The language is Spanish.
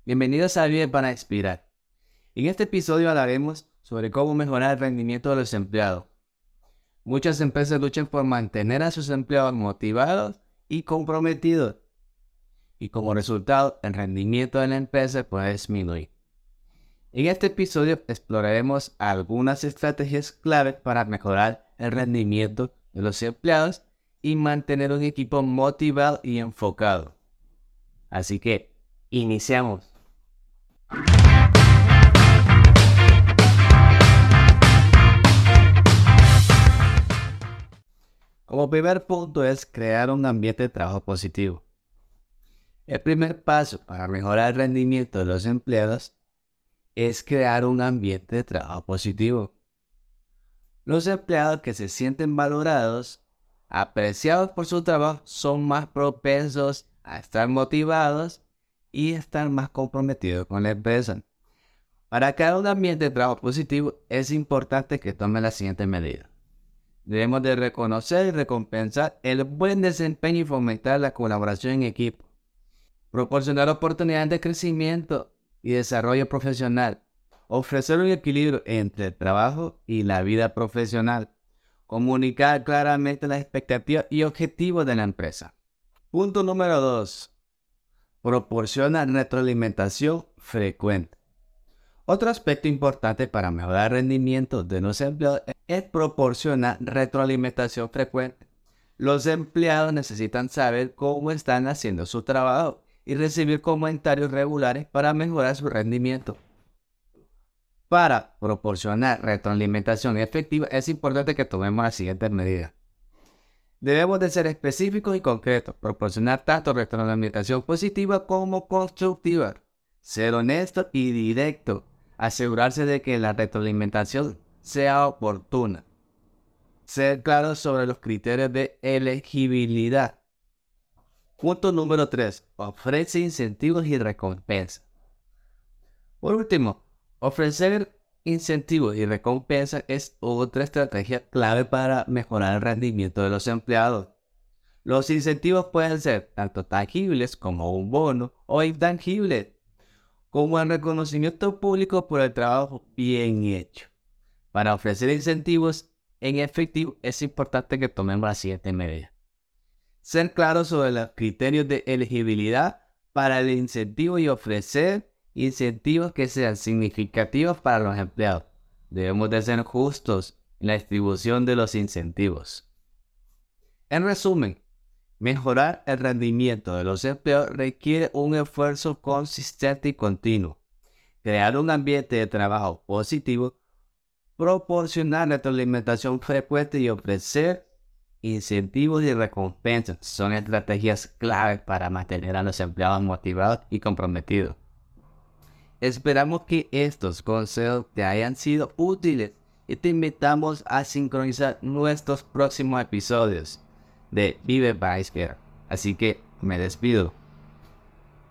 Bienvenidos a Vive para Inspirar. En este episodio hablaremos sobre cómo mejorar el rendimiento de los empleados. Muchas empresas luchan por mantener a sus empleados motivados y comprometidos, y como resultado, el rendimiento de la empresa puede disminuir. En este episodio exploraremos algunas estrategias clave para mejorar el rendimiento de los empleados y mantener un equipo motivado y enfocado. Así que, iniciamos. Como primer punto es crear un ambiente de trabajo positivo. El primer paso para mejorar el rendimiento de los empleados es crear un ambiente de trabajo positivo. Los empleados que se sienten valorados, apreciados por su trabajo, son más propensos a estar motivados y estar más comprometidos con la empresa. Para crear un ambiente de trabajo positivo es importante que tomen las siguientes medidas. Debemos de reconocer y recompensar el buen desempeño y fomentar la colaboración en equipo. Proporcionar oportunidades de crecimiento y desarrollo profesional. Ofrecer un equilibrio entre el trabajo y la vida profesional. Comunicar claramente las expectativas y objetivos de la empresa. Punto número 2. Proporciona retroalimentación frecuente. Otro aspecto importante para mejorar el rendimiento de los empleados es proporcionar retroalimentación frecuente. Los empleados necesitan saber cómo están haciendo su trabajo y recibir comentarios regulares para mejorar su rendimiento. Para proporcionar retroalimentación efectiva es importante que tomemos las siguientes medidas. Debemos de ser específicos y concretos, proporcionar tanto retroalimentación positiva como constructiva, ser honesto y directo, asegurarse de que la retroalimentación sea oportuna, ser claro sobre los criterios de elegibilidad. Punto número 3. Ofrece incentivos y recompensas. Por último, ofrecer incentivos y recompensas es otra estrategia clave para mejorar el rendimiento de los empleados. Los incentivos pueden ser tanto tangibles como un bono o intangibles, como el reconocimiento público por el trabajo bien hecho. Para ofrecer incentivos en efectivo es importante que tomemos las siguientes medidas. Ser claros sobre los criterios de elegibilidad para el incentivo y ofrecer incentivos que sean significativos para los empleados. Debemos de ser justos en la distribución de los incentivos. En resumen, mejorar el rendimiento de los empleados requiere un esfuerzo consistente y continuo. Crear un ambiente de trabajo positivo, proporcionar retroalimentación frecuente y ofrecer incentivos y recompensas son estrategias claves para mantener a los empleados motivados y comprometidos. Esperamos que estos consejos te hayan sido útiles y te invitamos a sincronizar nuestros próximos episodios de Vive para Inspirar. Así que me despido.